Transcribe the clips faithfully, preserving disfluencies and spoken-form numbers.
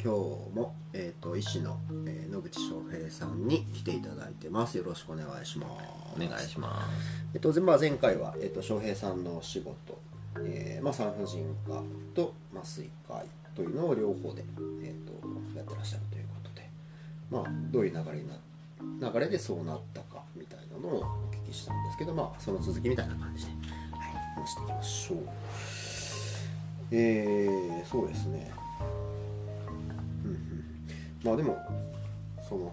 今日も、えー、と医師の、えー野口翔平さんに来ていただいてます。よろしくお願いします。 お願いします。 えっと、まあ、前回は、えっと、翔平さんの仕事、えーまあ、産婦人科と麻酔科医というのを両方で、えー、とやってらっしゃるということで、まあ、どういう流れにな流れでそうなったかみたいなのをお聞きしたんですけど、まあ、その続きみたいな感じで、はい、話していきましょう。えー、そうですね。うんうん。まあでもその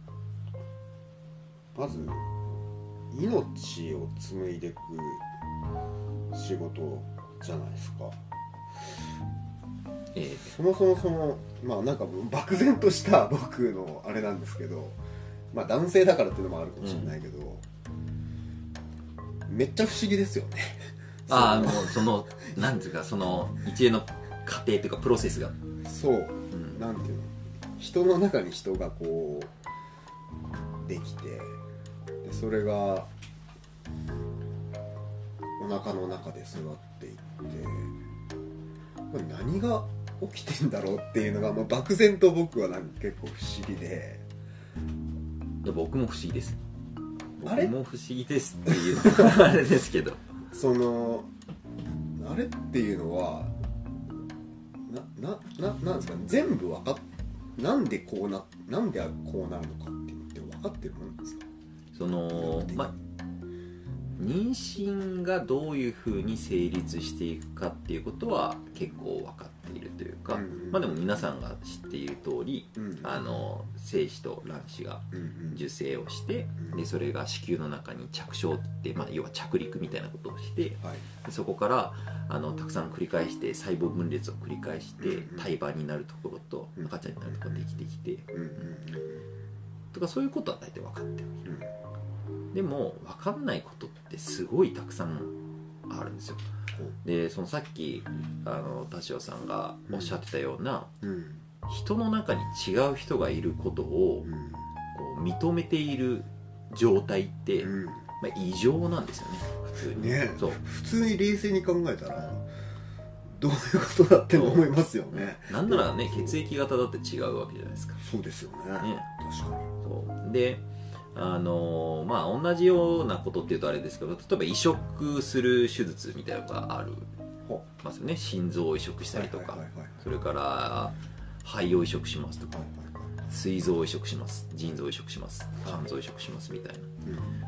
まず命を紡いでいく仕事じゃないですか。 ええ、 そもそもそのまあなんか漠然とした僕のあれなんですけど、まあ男性だからっていうのもあるかもしれないけど、うん、めっちゃ不思議ですよね。 ああ、もうそのなんていうかその一連の過程というかプロセスがそう、うん、なんていうの、人の中に人がこうできて、でそれがお腹の中で育っていって、これ何が起きてんだろうっていうのがもう漠然と僕はなんか結構不思議で。 いや僕も不思議です。 あれ僕も不思議ですっていうあれですけど、 そのあれっていうのはななななんですかね、全部分かっなんでこうななんでこうなるのかっていうのって分かってるもんですか。 そのまあ妊娠がどういうふうに成立していくかっていうことは結構分かっているというか、うんうん、まあでも皆さんが知っている通り、うんうん、あの精子と卵子が受精をして、うんうん、でそれが子宮の中に着床って、まあ、要は着陸みたいなことをして、はい、そこからあのたくさん繰り返して細胞分裂を繰り返して胎盤になるところと赤ちゃんになるところができてきて、うんうんうん、とかそういうことは大体分かっている。でも分かんないことってすごいたくさんあるんですよ。でそのさっきあの田代さんがおっしゃってたような、うん、人の中に違う人がいることを、うん、こう認めている状態って、うん、まあ、異常なんですよね普通に。 ね、そう普通に冷静に考えたらどういうことだって思いますよね。 なんならね血液型だって違うわけじゃないですか。 そうですよ ね, ね確かに。 そうであのまあ同じようなことっていうとあれですけど、例えば移植する手術みたいなのがあるますよね。心臓を移植したりとか、それから肺を移植しますとか、膵臓を移植します、腎臓を移植します、肝臓を移植しますみたいな、うん、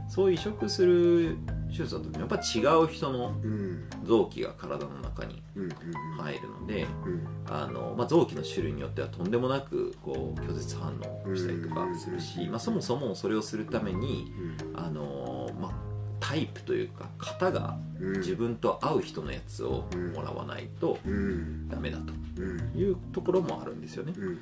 そういう移植する手術だとやっぱ違う人の臓器が体の中に入るので、あの、まあ、臓器の種類によってはとんでもなくこう拒絶反応をしたりとかするし、まあ、そもそもそれをするためにあの、まあ、タイプというか型が自分と合う人のやつをもらわないとダメだというところもあるんですよね。うん、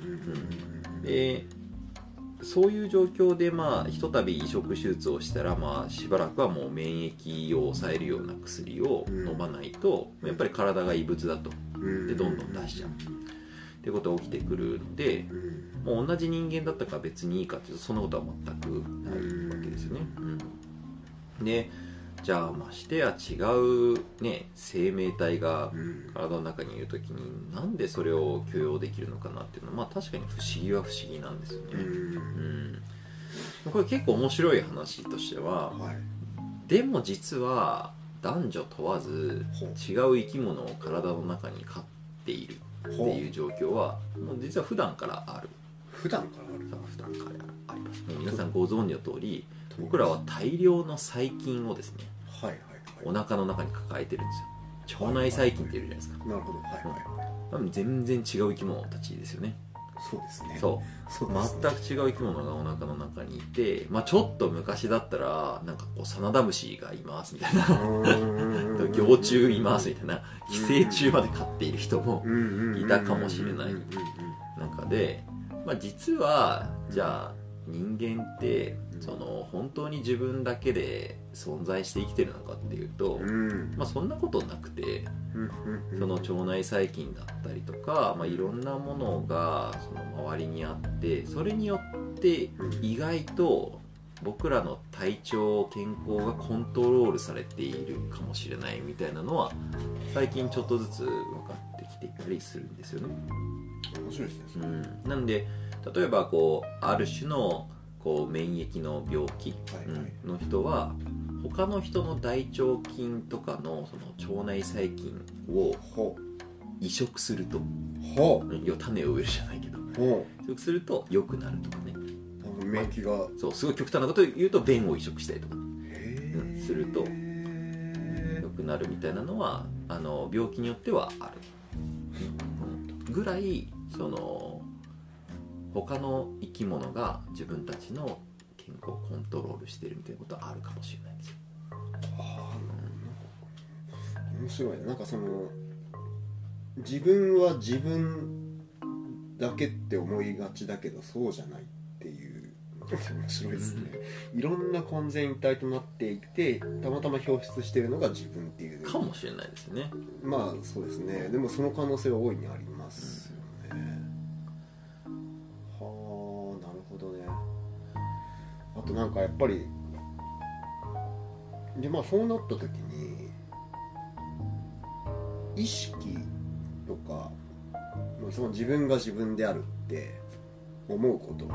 でそういう状況で、まあ、ひとたび移植手術をしたら、まあ、しばらくはもう免疫を抑えるような薬を飲まないと、やっぱり体が異物だとでどんどん出しちゃうっていうことが起きてくるので、もう同じ人間だったから別にいいかっていうとそんなことは全くないわけですよね。うん、でじゃあましてや違う、ね、生命体が体の中にいるときになんでそれを許容できるのかなっていうのは、まあ、確かに不思議は不思議なんですよね。うん、これ結構面白い話としては、はい、でも実は男女問わず違う生き物を体の中に飼っているっていう状況はもう実は普段からある。 普段からある普段からあります。もう皆さんご存知の通り僕らは大量の細菌をですね、はいはいはい、お腹の中に抱えてるんですよ。腸内細菌っているじゃないですか。 なるほど、はいはい、 うん、全然違う生き物たちですよね。 そうですね。 そう、そうですね。全く違う生き物がお腹の中にいて、まあ、ちょっと昔だったらなんかこうサナダムシがいますみたいな幼虫いますみたいな寄生虫まで飼っている人もいたかもしれない中で、まあ、実はじゃあ人間ってその本当に自分だけで存在して生きてるのかっていうと、うん、まあ、そんなことなくて、その腸内細菌だったりとか、まあ、いろんなものがその周りにあって、それによって意外と僕らの体調健康がコントロールされているかもしれないみたいなのは最近ちょっとずつ分かってきていたりするんですよね。 白いですね、 うん、なんで例えばこうある種のこう免疫の病気の人は他の人の大腸菌とかのその腸内細菌を移植すると、 ほう、 要は種を植えるじゃないけど、 ほう、 移植すると良くなるとかね、 免疫が、 そうすごい極端なことを言うと便を移植したりとか、 へうん、すると良くなるみたいなのはあの病気によってはある、うん、ぐらいその他の生き物が自分たちの健康をコントロールしてるみたいなことはあるかもしれないですよ。 ああ、面白いね。なんかその自分は自分だけって思いがちだけどそうじゃないっていう面白いですね、うん、いろんな混然一体となっていてたまたま表出しているのが自分っていうかもしれないですね。 まあそうですね。でもその可能性は大いにありますよね、うん、はあ、なるほどね。あとなんかやっぱりでまあそうなった時に意識とかその自分が自分であるって思うこと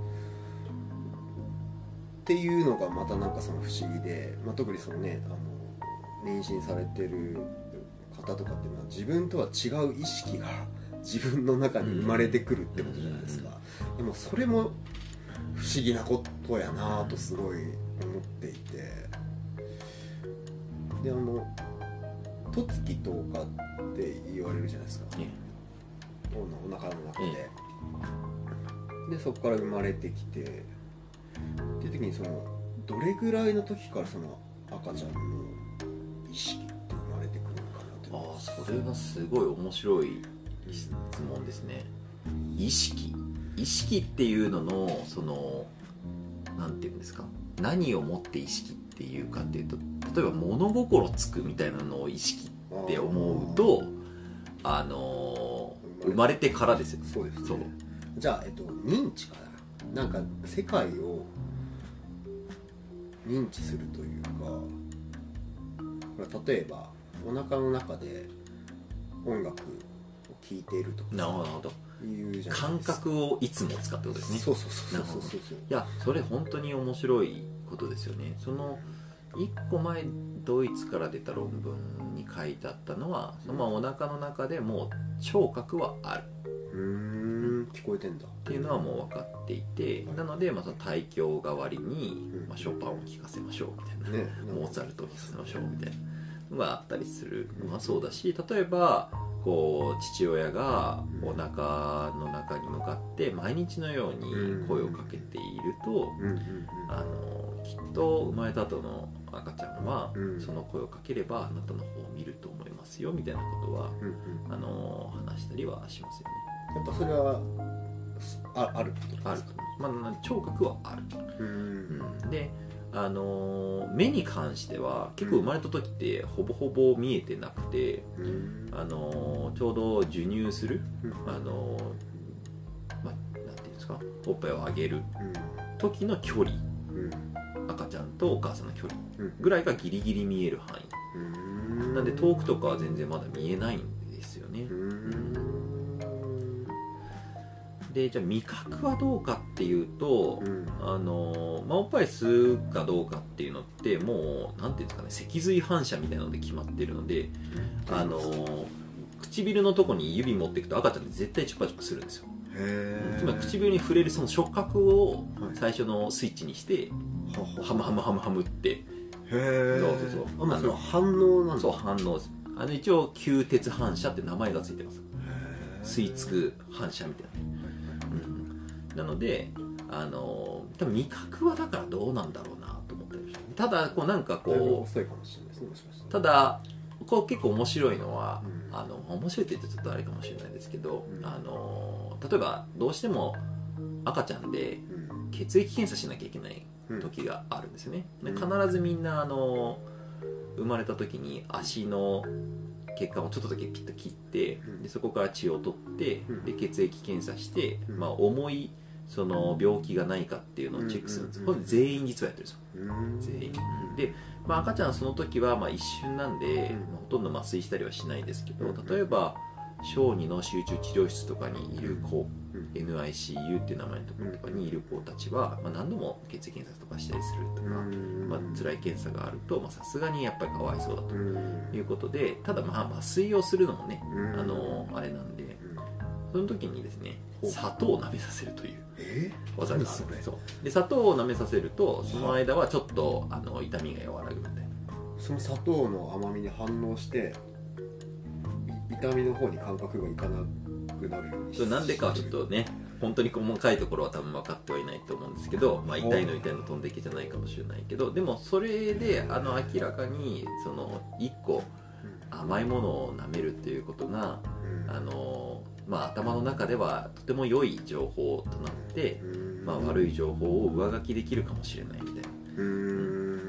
っていうのがまたなんかその不思議で、まあ、特にそのねあの妊娠されてる方とかっていうのは自分とは違う意識が自分の中に生まれてくるってことじゃないですか。でもそれも不思議なことやなとすごい思っていて、であの十月十日って言われるじゃないですか、お腹の中で、でそこから生まれてきてっていう時にそのどれぐらいの時からその赤ちゃんの意識って生まれてくるのかなって。 ああ、それはすごい面白い質問ですね。意識意識っていうののそのなんていうんですか、何をもって意識っていうかっていうと、例えば物心つくみたいなのを意識って思うとあ、あのー、生まれてからですよ。 そうですね。そうじゃあ、えっと、認知かな、なんか世界を認知するというか、例えばお腹の中で音楽を聴いているとか、 なるほど、 いうじゃないですか。 感覚をいつも使ってことですね。 そうそうそうそうそうそう。 いや、それ本当に面白いことですよね。そのいっこまえドイツから出た論文に書いてあったのは、そのお腹の中でもう聴覚はある、 うーん、聞こえてんだっていうのはもう分かっていて、なので、まあ、その胎教代わりに、まあ、ショパンを聴かせましょうみたいな、ね、モーツァルトを聴かせましょうみたいなのがあったりするのはそうだし、例えばこう父親がお腹の中に向かって毎日のように声をかけていると、あのきっと生まれた後の赤ちゃんはその声をかければあなたの方を見ると思いますよみたいなことは、あの話したりはしますよね。 やっぱそれは あ, あることですか？ ある、まあ、聴覚はある。うん、であの目に関しては結構生まれた時ってほぼほぼ見えてなくて、うん、あのちょうど授乳する、うん、あのまあ、なんていうんですか、おっぱいをあげる時の距離、うん、赤ちゃんとお母さんの距離ぐらいがギリギリ見える範囲、うん、なんで遠くとかは全然まだ見えないんですよね。うん、でじゃあ味覚はどうかっていうと、うん、あのまあ、おっぱい吸うかどうかっていうのってもうなんていうんですかね、脊髄反射みたいなので決まってるので、うん、あの唇のとこに指持っていくと赤ちゃんって絶対チュパチュパするんですよ。へー、つまり唇に触れるその触覚を最初のスイッチにして、はい、ハムハムハムハムって、へー、 そうそうそう、 あの反応なんだ。 そう反応です。あの一応吸鉄反射って名前がついてます。吸い付く反射みたいな。なのであの多分味覚はだからどうなんだろうなと思ったりして、ただこうなんかこう遅いかもしれないですね、もしかして。 ただこう結構面白いのは、うん、あの面白いって言ってちょっとあれかもしれないですけど、うん、あの例えばどうしても赤ちゃんで血液検査しなきゃいけない時があるんですよね、うん、で必ずみんなあの生まれた時に足の血管をちょっとだけピッと切って、うん、でそこから血を取って、うん、で血液検査して、うん、まあ、重いその病気がないかっていうのをチェックするんです。これ全員実はやってるんですよ、全員で、まあ、赤ちゃんその時はまあ一瞬なんで、まあ、ほとんど麻酔したりはしないですけど、例えば小児の集中治療室とかにいる子、 うん、 エヌアイシーユー っていう名前のところとかにいる子たちは、まあ、何度も血液検査とかしたりするとか、まあ辛い検査があるとさすがにやっぱりかわいそうだということで、ただまあ麻酔をするのもね、あのあれなんで、その時にですね砂糖を舐めさせるという技があるんです。で砂糖を舐めさせるとその間はちょっとあの痛みが和らぐみたいな。 その砂糖の甘みに反応して痛みの方に感覚がいかなくなるようにして、 なんでかはちょっとね本当に細かいところは多分分かってはいないと思うんですけど、まあ、痛いの痛いの飛んでけじゃないかもしれないけど、でもそれであの明らかにそのいっこ甘いものを舐めるっていうことが、あのまあ、頭の中ではとても良い情報となって、まあ、悪い情報を上書きできるかもしれないみたいな、うん、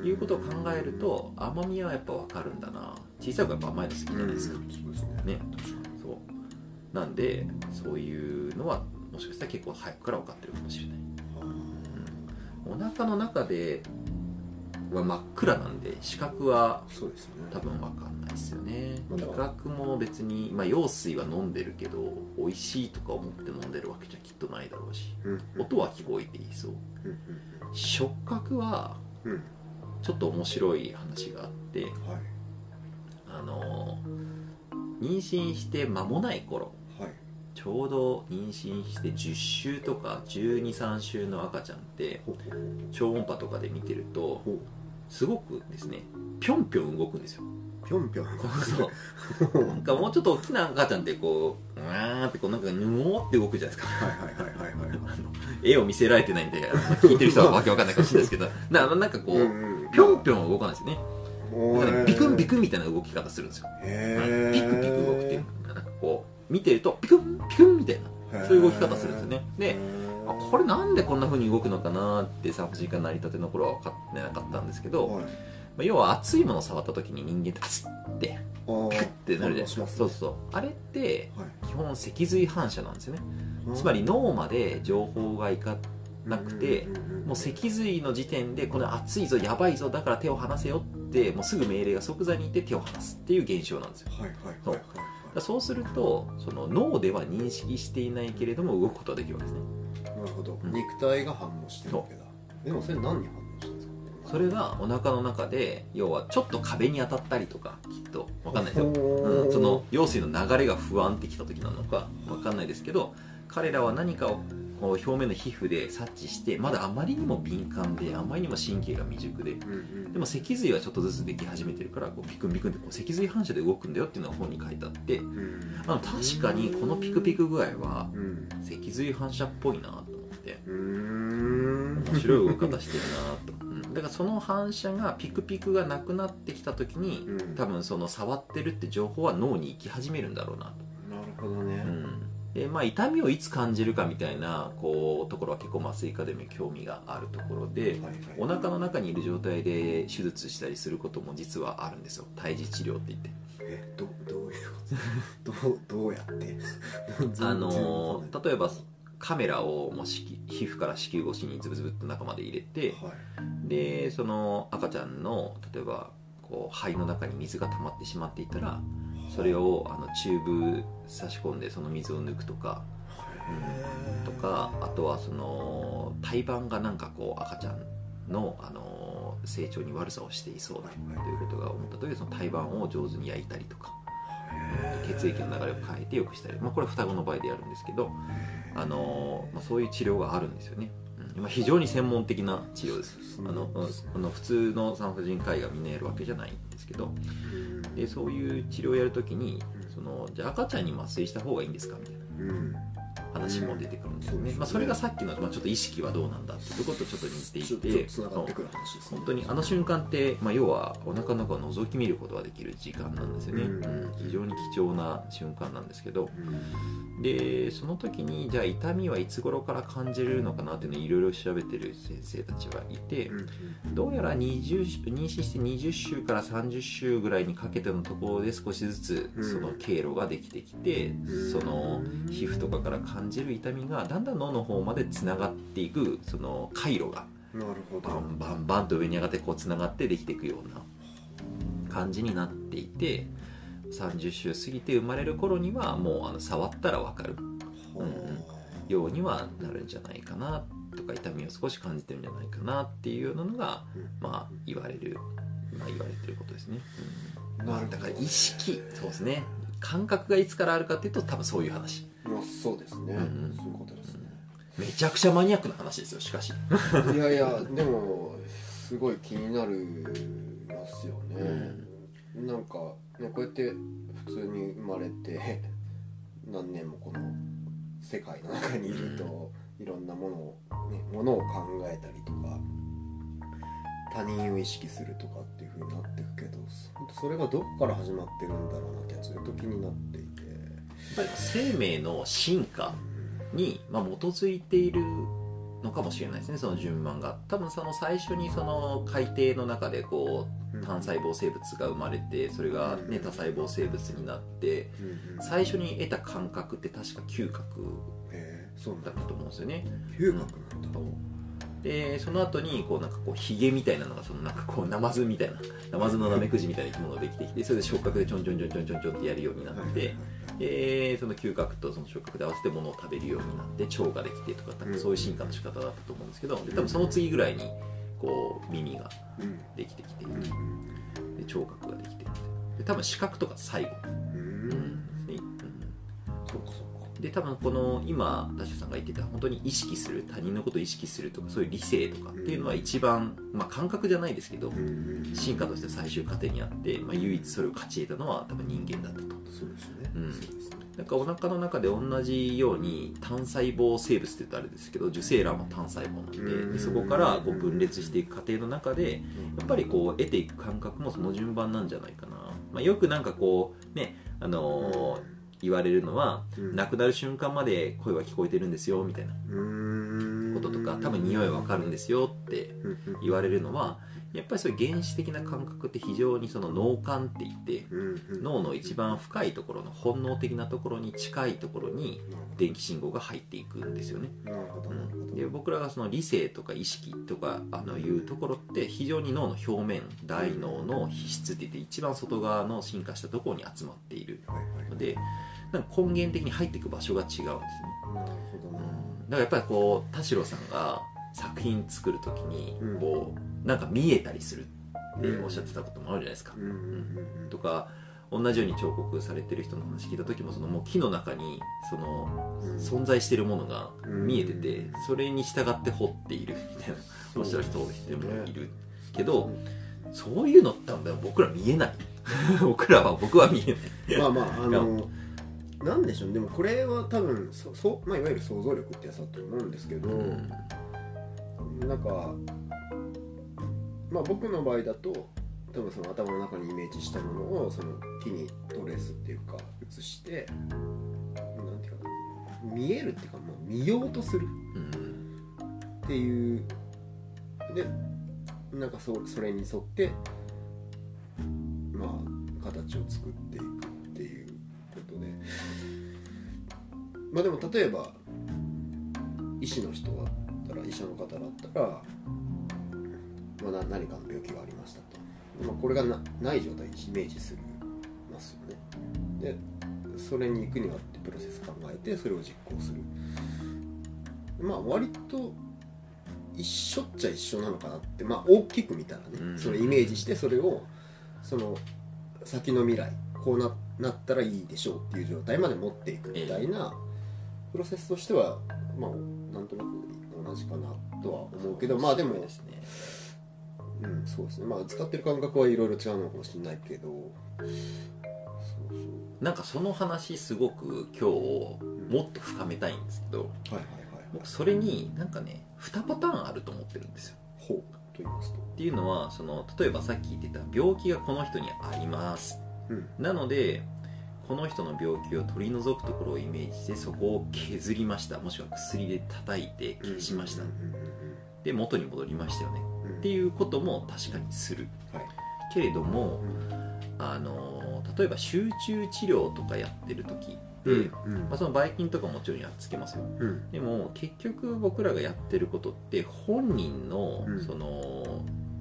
いうことを考えると甘みはやっぱ分かるんだな。小さい子はやっぱ甘いの好きじゃないですか、うん、そうですね。ね、そうなんでそういうのはもしかしたら結構早くから分かってるかもしれない、うん、お腹の中では真っ暗なんで視覚は多分分かんないですよね。味覚も別に、まあ、羊水は飲んでるけど美味しいとか思って飲んでるわけじゃきっとないだろうし、うん、音は聞こえていそう、うん、触覚はちょっと面白い話があって、はい、あの妊娠して間もない頃、はい、ちょうど妊娠してじゅっ週とかじゅうに、さん週の赤ちゃんって超音波とかで見てるとすごくですねぴょんぴょん動くんですよ。 ぴょんぴょんそうなんかもうちょっと大きな赤ちゃんってこううわーってこうなんかぬおーって動くじゃないですか。はいはいはいはいはい絵を見せられてないんで聞いてる人はわけわかんないかもしれないですけどななんかこう、うんうん、ぴょんぴょん動かないですよね。だからビクンビクンみたいな動き方するんですよ。へピクピク動くっていうなんかこう見てるとピクンピクンみたいなそういう動き方するんですよね。であこれなんでこんな風に動くのかなって産婦人科成り立ての頃は分かってなかったんですけど、はいまあ、要は熱いものを触った時に人間って熱ってピクってなるじゃないですか。そうそうあれって基本脊髄反射なんですよね。つまり脳まで情報がいかなくてもう脊髄の時点でこれ熱いぞやばいぞだから手を離せよってもうすぐ命令が即座にいて手を離すっていう現象なんですよ。はいはいはいはい、そうそうするとその脳では認識していないけれども動くことができるわけですね。 なるほど、うん、肉体が反応してるわけだ。でもそれ何に反応してるんですか。 それがお腹の中で要はちょっと壁に当たったりとかきっと分かんないですよ、うん、その羊水の流れが不安ってきた時なのか分かんないですけど彼らは何かをこう表面の皮膚で察知してまだあまりにも敏感であまりにも神経が未熟で、うんうん、でも脊髄はちょっとずつでき始めてるからこうピクンピクンってこう脊髄反射で動くんだよっていうのが本に書いてあって、うん、あの確かにこのピクピク具合は脊髄反射っぽいなと思って、うん、面白い動き方してるなと、うん、だからその反射がピクピクがなくなってきた時に、うん、多分その触ってるって情報は脳に行き始めるんだろうなと。 なるほどね、 うんでまあ、痛みをいつ感じるかみたいなこうところは結構麻酔科でも興味があるところで、はいはい、お腹の中にいる状態で手術したりすることも実はあるんですよ。胎児治療って言ってえ ど, どういうことどうどうやってあの例えばカメラをもう皮膚から子宮越しにズブズブっと中まで入れて、はい、でその赤ちゃんの例えばこう肺の中に水が溜まってしまっていたらそれをあのチューブ差し込んでその水を抜くとか、うん、とかあとはその胎盤がなんかこう赤ちゃんの、あの成長に悪さをしていそうだということが思った時にその胎盤を上手に焼いたりとか血液の流れを変えて良くしたり、まあ、これは双子の場合でやるんですけど、あのまあ、そういう治療があるんですよね。まあ、非常に専門的な治療です。あのあの普通の産婦人科医がみんなやるわけじゃないんですけど、でそういう治療をやるときにそのじゃあ赤ちゃんに麻酔した方がいいんですかみたいな話も出てくるんですよね。まあ、それがさっきの、まあ、ちょっと意識はどうなんだっていうこととちょっと似ていて、本当にあの瞬間って、まあ、要はお腹の中を覗き見ることができる時間なんですよね、うん、非常に貴重な瞬間なんですけど、でその時にじゃあ痛みはいつ頃から感じれるのかなっていうのをいろいろ調べてる先生たちはいて、どうやらにじゅう妊娠してにじゅっ週からさんじゅっ週ぐらいにかけてのところで少しずつその経路ができてきて、その皮膚とかから感じる痛みがだんだん脳の方までつながっていくその回路がバンバンバンと上に上がってこうつながってできていくような感じになっていて、 さんじゅっ週過ぎて生まれる頃にはもうあの触ったら分かる、うんうん、ようにはなるんじゃないかなとか、痛みを少し感じてるんじゃないかなっていうようなのが、うん、まあ言われる、まあ、言われてることですね、うん、まあだから意識、そうですね、感覚がいつからあるかっていうと多分そういう話。 まあそうですね、うん、そういうことですね、 うん、めちゃくちゃマニアックな話ですよ、しかしいやいやでもすごい気になるますよね、うん、なんかねこうやって普通に生まれて何年もこの世界の中にいると、うん、いろんなものを、ね、ものを考えたりとか他人を意識するとかっていう風になっていくけど、それがどこから始まってるんだろうなってずっと気になっていて、やっぱり生命の進化に、まあ、基づいているのかもしれないですね、その順番が。多分その最初にその海底の中でこう単細胞生物が生まれて、それが、ね、多細胞生物になって、最初に得た感覚って確か嗅覚だったと思うんですよね。 嗅覚なんだ、うん、 でその後にこうなんかこうヒゲみたいなのが、そのなんかこうナマズみたいな、ナマズのナメクジみたいな生き物ができてきて、それで触覚でちょんちょんちょんちょんちょんちょんってやるようになって、でその嗅覚とその触覚で合わせて物を食べるようになって腸ができてとか、多分そういう進化の仕方だったと思うんですけど、で多分その次ぐらいにこう耳ができてきて、で聴覚ができてきて、で多分視覚とか最後、うんうんそうかそうか。で多分この今ダッシュさんが言ってた本当に意識する、他人のことを意識するとか、そういう理性とかっていうのは一番、まあ、感覚じゃないですけど、進化として最終過程にあって、まあ、唯一それを勝ち得たのは多分人間だったと。 そうですね、 うん、なんかお腹の中で同じように単細胞生物って言うとあれですけど、受精卵も単細胞なんで、でそこからこう分裂していく過程の中でやっぱりこう得ていく感覚もその順番なんじゃないかな、まあ、よくなんかこうね、あのー言われるのは、うん、亡くなる瞬間まで声は聞こえてるんですよみたいなこととか、多分匂いは分かるんですよって言われるのは、やっぱりそういう原始的な感覚って非常にその脳幹って言って、脳の一番深いところの本能的なところに近いところに電気信号が入っていくんですよね。うん、で僕らがその理性とか意識とかあのいうところって非常に脳の表面、大脳の皮質って言って一番外側の進化したところに集まっているので、なんか根源的に入っていく場所が違うんですね。なるほど、ね、うん、だからやっぱりこう田代さんが作品作るときにこう、うん、なんか見えたりするっておっしゃってたこともあるじゃないですか、うんうんうん、とか同じように彫刻されてる人の話聞いた時も、そのもう木の中にその存在しているものが見えてて、それに従って彫っているみたいなおっしゃる人もいるけど、そういうのって僕ら見えない僕らは僕は見えないまあまああのなんでしょう、でもこれは多分そそ、まあ、いわゆる想像力ってやつだと思うんですけど、うん、なんか、まあ、僕の場合だと多分その頭の中にイメージしたものをその木にトレースっていうか写してなんていうかな、見えるっていうか、まあ、見ようとするっていう、でなんか そ, それに沿ってまあ形を作っていくっていうことで、まあでも例えば医師の人だったら医者の方だったら、まあ、何かの病気がありましたと、まあ、これが な, ない状態にイメージするますよね。でそれに行くにはってプロセス考えてそれを実行する、まあ割と一緒っちゃ一緒なのかなって、まあ大きく見たらね、うん、そのイメージしてそれをその先の未来こう な, なったらいいでしょうっていう状態まで持っていくみたいなプロセスとしては、まあなんとなく同じかなとは思うけど、まあでもですね、うん、そうですね、まあ使ってる感覚はいろいろ違うのかもしれないけど、そうそうなんかその話すごく今日もっと深めたいんですけど、うん、はいはいはい、僕それになんかねにパターンあると思ってるんですよ。 ほうと言いますと、 っていうのはその例えばさっき言ってた病気がこの人にあります、うん、なのでこの人の病気を取り除くところをイメージしてそこを削りました、もしくは薬で叩いて消しました、うんうんうんうん、で元に戻りましたよね、うん、っていうことも確かにする、はい、けれども、うん、あの例えば集中治療とかやってる時で、うんうんまあ、そのばい菌とかもちろんやっつけますよ、うん、でも結局僕らがやってることって本人の、うん、その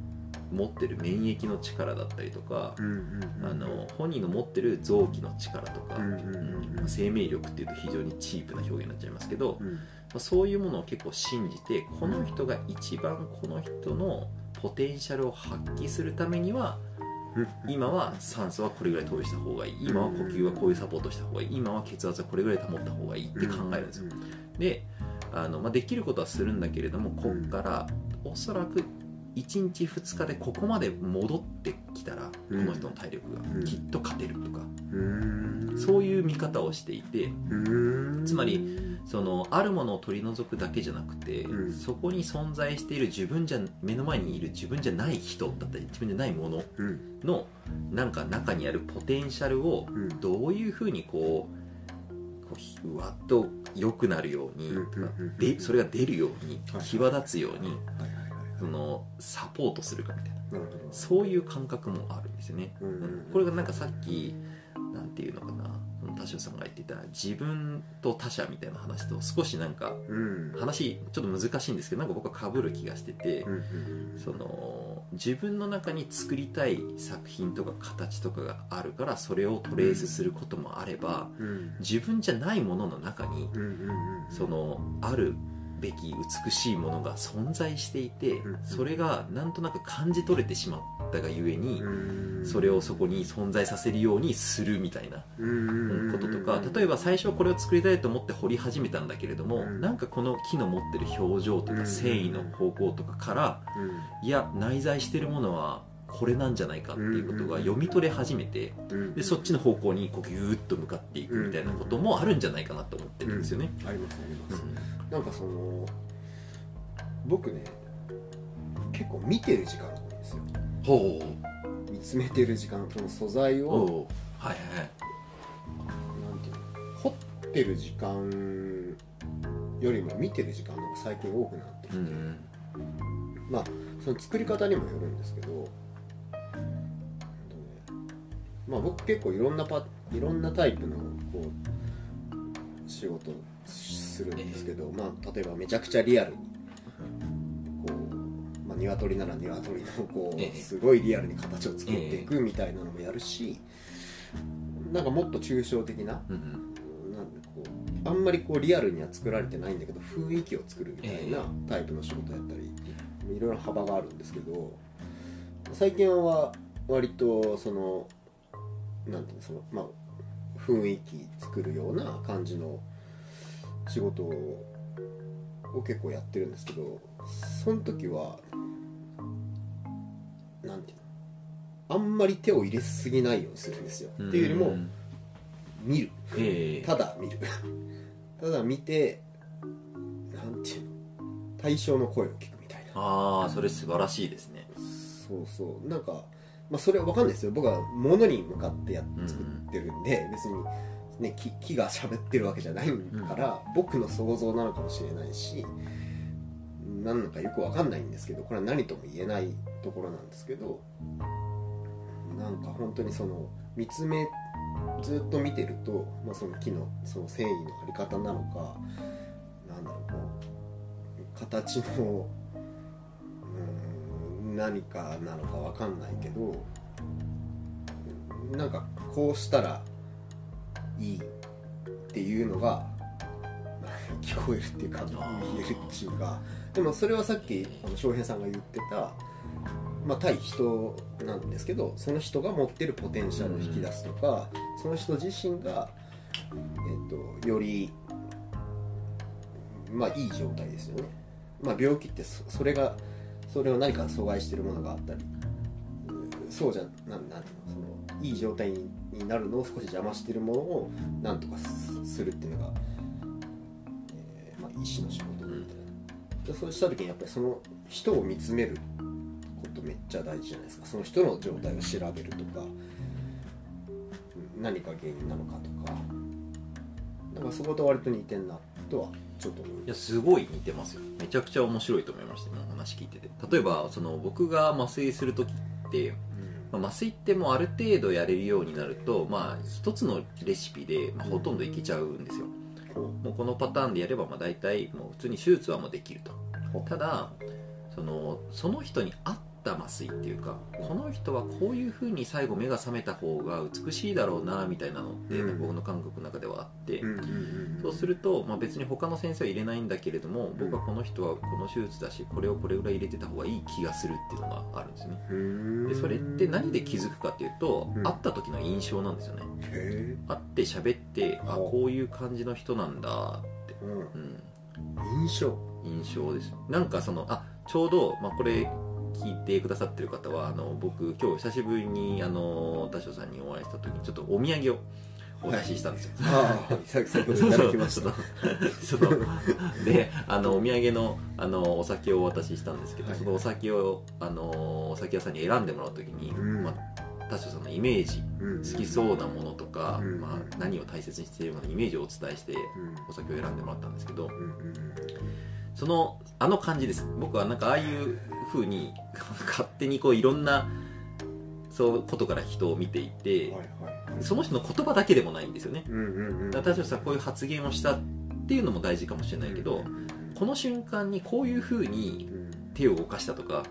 持ってる免疫の力だったりとか、 うんうんうん、 あの本人の持ってる臓器の力とか、 うんうんうんうん生命力っていうと非常にチープな表現になっちゃいますけど、 うんまあ、そういうものを結構信じて、この人が一番この人のポテンシャルを発揮するためには、今は酸素はこれぐらい投与した方がいい、今は呼吸はこういうサポートした方がいい、今は血圧はこれぐらい保った方がいいって考えるんですよ。であの、まあ、できることはするんだけれども、こっからおそらくいちにちふつかでここまで戻ってきたら、この人の体力がきっと勝てるとか、そういう見方をしていて、つまりそのあるものを取り除くだけじゃなくて、そこに存在している自分じゃ目の前にいる自分じゃない人だったり自分じゃないもののなんか中にあるポテンシャルをどういうふうにこう、こううわっと良くなるように、でそれが出るように際立つようにそのサポートするかみたいな、そういう感覚もあるんですよね。これがなんかさっきなんていうのかな、田代さんが言っていた自分と他者みたいな話と少しなんか話ちょっと難しいんですけど、なんか僕は被る気がしてて、その自分の中に作りたい作品とか形とかがあるからそれをトレースすることもあれば、自分じゃないものの中にそのあるべき美しいものが存在していて、それがなんとなく感じ取れてしまったがゆえにそれをそこに存在させるようにするみたいなこととか、例えば最初はこれを作りたいと思って掘り始めたんだけれども、なんかこの木の持ってる表情とか繊維の方向とかからいや内在してるものはこれなんじゃないかっていうことが読み取れ始めて、でそっちの方向にこうギューッと向かっていくみたいなこともあるんじゃないかなと思ってるんですよね。 ありますあります、うん、なんかその僕ね結構見てる時間が多いんですよ。 ほう見つめてる時間、その素材をはいはいなんていうの掘ってる時間よりも見てる時間の方が最近多くなってきて、うん、まあその作り方にもよるんですけど、まあ、僕結構いろんなパいろんなタイプのこう仕事するんですけど、まあ、例えばめちゃくちゃリアルにこう、まあ、鶏なら鶏のこうすごいリアルに形を作っていくみたいなのもやるし、なんかもっと抽象的な、なんでこうあんまりこうリアルには作られてないんだけど雰囲気を作るみたいなタイプの仕事やったりいろいろ幅があるんですけど、最近は割とそのなんていうのそのまあ雰囲気作るような感じの仕事を結構やってるんですけど、その時はなんていうのあんまり手を入れすぎないようにするんですよ。っていうよりも見る、えー、ただ見るただ見てなんていうの対象の声を聞くみたいな。 ああそれ素晴らしいですね。 そうそうなんかまあ、それは分かんないですよ。僕は物に向かってやっ作ってるんで、うん、別に、ね、木, 木が喋ってるわけじゃないから、うん、僕の想像なのかもしれないし何なのかよく分かんないんですけど、これは何とも言えないところなんですけど、なんか本当にその見つめずっと見てると、まあ、その木のその繊維のあり方なのかなんだろうこう形の何かなのか分かんないけど、なんかこうしたらいいっていうのが聞こえるっていうか見えるっていうか、でもそれはさっき翔平さんが言ってた、まあ、対人なんですけど、その人が持ってるポテンシャルを引き出すとか、その人自身が、えっと、より、まあ、いい状態ですよね。まあ、病気ってそ、それがそれを何か阻害しているものがあったり、そうじゃなんなんていうのそのいい状態になるのを少し邪魔しているものをなんとかするっていうのが、えーまあ、医師の仕事みたいな。でそうした時にやっぱりその人を見つめることめっちゃ大事じゃないですか。その人の状態を調べるとか、何か原因なのかとか、だからそこと割と似てんなとはちょっと思う。 いやすごい似てますよ。めちゃくちゃ面白いと思いましたね、話聞いてて。例えばその僕が麻酔する時って、うんまあ、麻酔ってもうある程度やれるようになると、まあ、一つのレシピで、まあ、ほとんどいけちゃうんですよ、うん、もうこのパターンでやればまあ大体もう普通に手術はもうできると。ただそのその人に合っった麻酔っていうか、この人はこういう風に最後目が覚めた方が美しいだろうなみたいなのって、うん、僕の感覚の中ではあって、うんうんうん、そうすると、まあ、別に他の先生は入れないんだけれども、僕はこの人はこの手術だしこれをこれぐらい入れてた方がいい気がするっていうのがあるんですね。でそれって何で気づくかっていうと、うん、会った時の印象なんですよね。会って喋ってあこういう感じの人なんだって、 うんうん、印象印象です。なんかそのあちょうど、まあ、これ聞いてくださってる方はあの僕今日久しぶりにあの田代さんにお会いした時にちょっとお土産をお出ししたんですよ。 ああ先ほどいただきましたそのであのお土産のあのお酒をお渡ししたんですけど、はい、そのお酒をあのお酒屋さんに選んでもらう時に、うんまあ、田代さんのイメージ、うん、好きそうなものとか、うんまあ、何を大切にしているかのイメージをお伝えして、うん、お酒を選んでもらったんですけど、うんうんうんそのあの感じです。僕はなんかああいう風に勝手にこういろんなそうことから人を見ていて、はいはい、その人の言葉だけでもないんですよね。うんうんうん、だから田代さんこういう発言をしたっていうのも大事かもしれないけど、うんうんうん、この瞬間にこういう風に手を動かしたとか、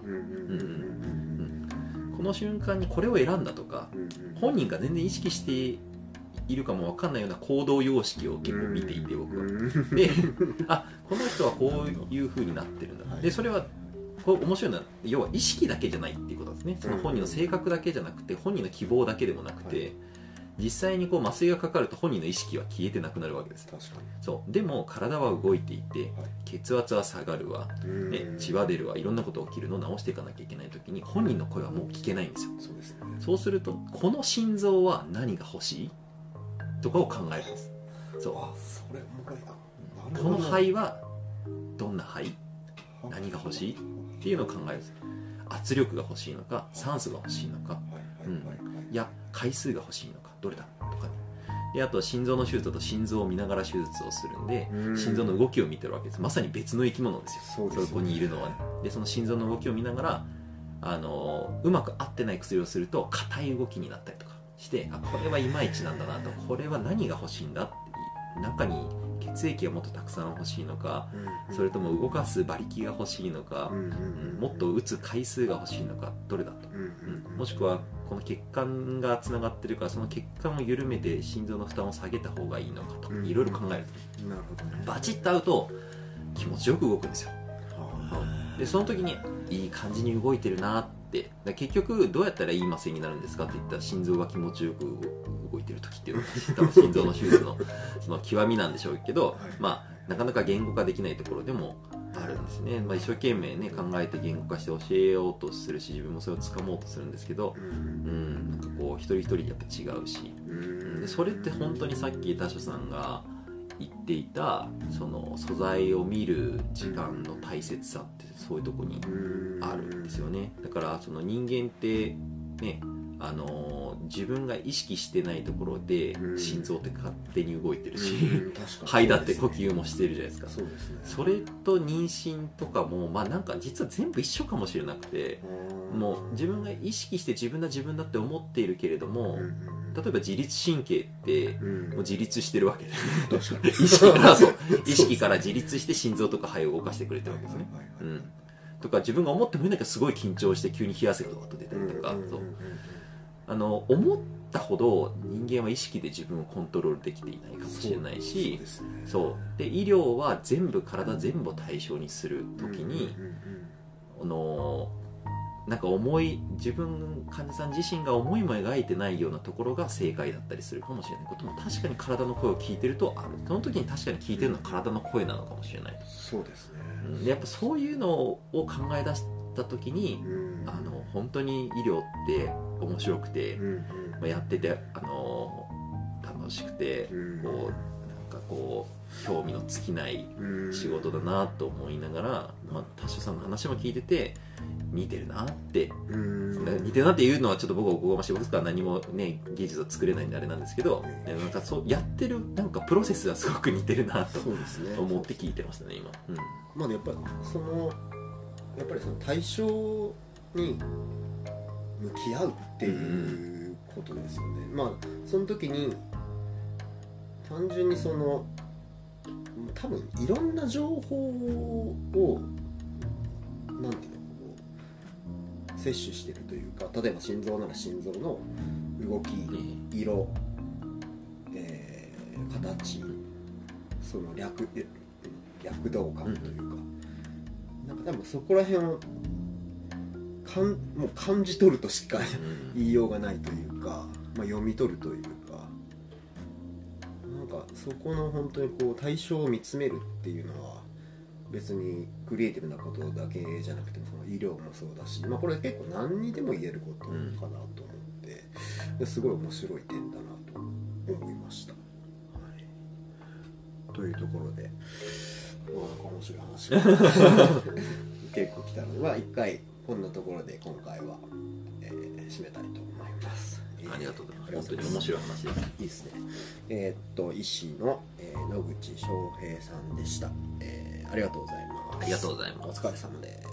この瞬間にこれを選んだとか、うんうん、本人が全然意識しているかも分かんないような行動様式を結構見ていて僕はであこの人はこういう風になってるんだ、はい、でそれはこう面白いのは要は意識だけじゃないっていうことですね。その本人の性格だけじゃなくて本人の希望だけでもなくて、はい、実際にこう麻酔がかかると本人の意識は消えてなくなるわけです。確かにそうでも体は動いていて、はい、血圧は下がるわ、ね、血は出るわいろんなことが起きるのを治していかなきゃいけない時に本人の声はもう聞けないんですよ。そうですね。そうするとこの心臓は何が欲しいとかを考えるんです。そうあそれこの肺はどんな肺何が欲しいっていうのを考えるんです。圧力が欲しいのか酸素が欲しいのか、うん、いや回数が欲しいのかどれだとかね。であとは心臓の手術だと心臓を見ながら手術をするんで心臓の動きを見てるわけです。まさに別の生き物ですよ。そうですね、そこにいるのは、ね、でその心臓の動きを見ながらあのうまく合ってない薬をすると硬い動きになったりとかしてあこれはいまいちなんだなとこれは何が欲しいんだって中に血液がもっとたくさん欲しいのか、うん、それとも動かす馬力が欲しいのか、うんうん、もっと打つ回数が欲しいのかどれだと、うんうん、もしくはこの血管がつながってるからその血管を緩めて心臓の負担を下げた方がいいのかといろいろ考えると、なるほどね、バチッと合うと気持ちよく動くんですよ。でその時にいい感じに動いてるなって結局どうやったらいい麻酔になるんですかって言ったら心臓が気持ちよく動いてる時っていうのが多分心臓の手術のその極みなんでしょうけど、はい、まあなかなか言語化できないところでもあるんですね。まあ、一生懸命ね考えて言語化して教えようとするし自分もそれを掴もうとするんですけど、うん、なんかこう一人一人やっぱ違うし、うん、でそれって本当にさっき田代さんが言っていたその素材を見る時間の大切さってそういうとこにあるんですよね。だからその人間ってねあの自分が意識してないところで心臓って勝手に動いてるし、肺だって呼吸もしてるじゃないですか。そうですね。それと妊娠とかもまあなんか実は全部一緒かもしれなくて、もう自分が意識して自分だ自分だって思っているけれども、例えば自律神経ってもう自立してるわけで、確かに意識からそう意識から自立して心臓とか肺を動かしてくれてるわけですね。うん。とか自分が思ってもいないけどすごい緊張して急に冷や汗が出たりとか、そうあの思ったほど人間は意識で自分をコントロールできていないかもしれないし、そうですね、そうで医療は全部体全部を対象にするときに、あのなんか思い自分患者さん自身が思いも描いてないようなところが正解だったりするかもしれないことも確かに体の声を聞いてるとある。その時に確かに聞いてるのは体の声なのかもしれない。そうですね、うん、でやっぱそういうのを考え出した時に、うん、あの本当に医療って面白くて、うんうんまあ、やっててあの楽しくて、うん、こうなんかこう興味の尽きない仕事だなと思いながら、まあ、田代さんの話も聞いてて似てるなって似てるなっていうのはちょっと僕はおこがましい。僕は何もね技術を作れないんであれなんですけど、なんかそうやってるなんかプロセスがすごく似てるなと思って聞いてましたね今、うん、 まあやっぱりそのやっぱりその対象に向き合うっていうことですよね、うん、まあその時に単純にその多分いろんな情報をなんていうの摂取してるというか、例えば心臓なら心臓の動き、色、えー、形、その略躍動感というか、うん、なんか多分そこら辺をかんもう感じ取るとしか言いようがないというか、まあ、読み取るというか、なんかそこの本当にこう対象を見つめるっていうのは別にクリエイティブなことだけじゃなくても、その医療もそうだし、まあ、これ結構何にでも言えることかなと思ってすごい面白い点だなと思いました、はい、というところで、まあ、なんか面白い話が結構来たので、まあ、いっかいこんなところで今回は、えー、締めたいと思います。 ありがとうございます。本当に面白い話です。 いいですね。えー、っと医師の、えー、野口翔平さんでした、えー。ありがとうございます。 ありがとうございます。 お疲れ様です。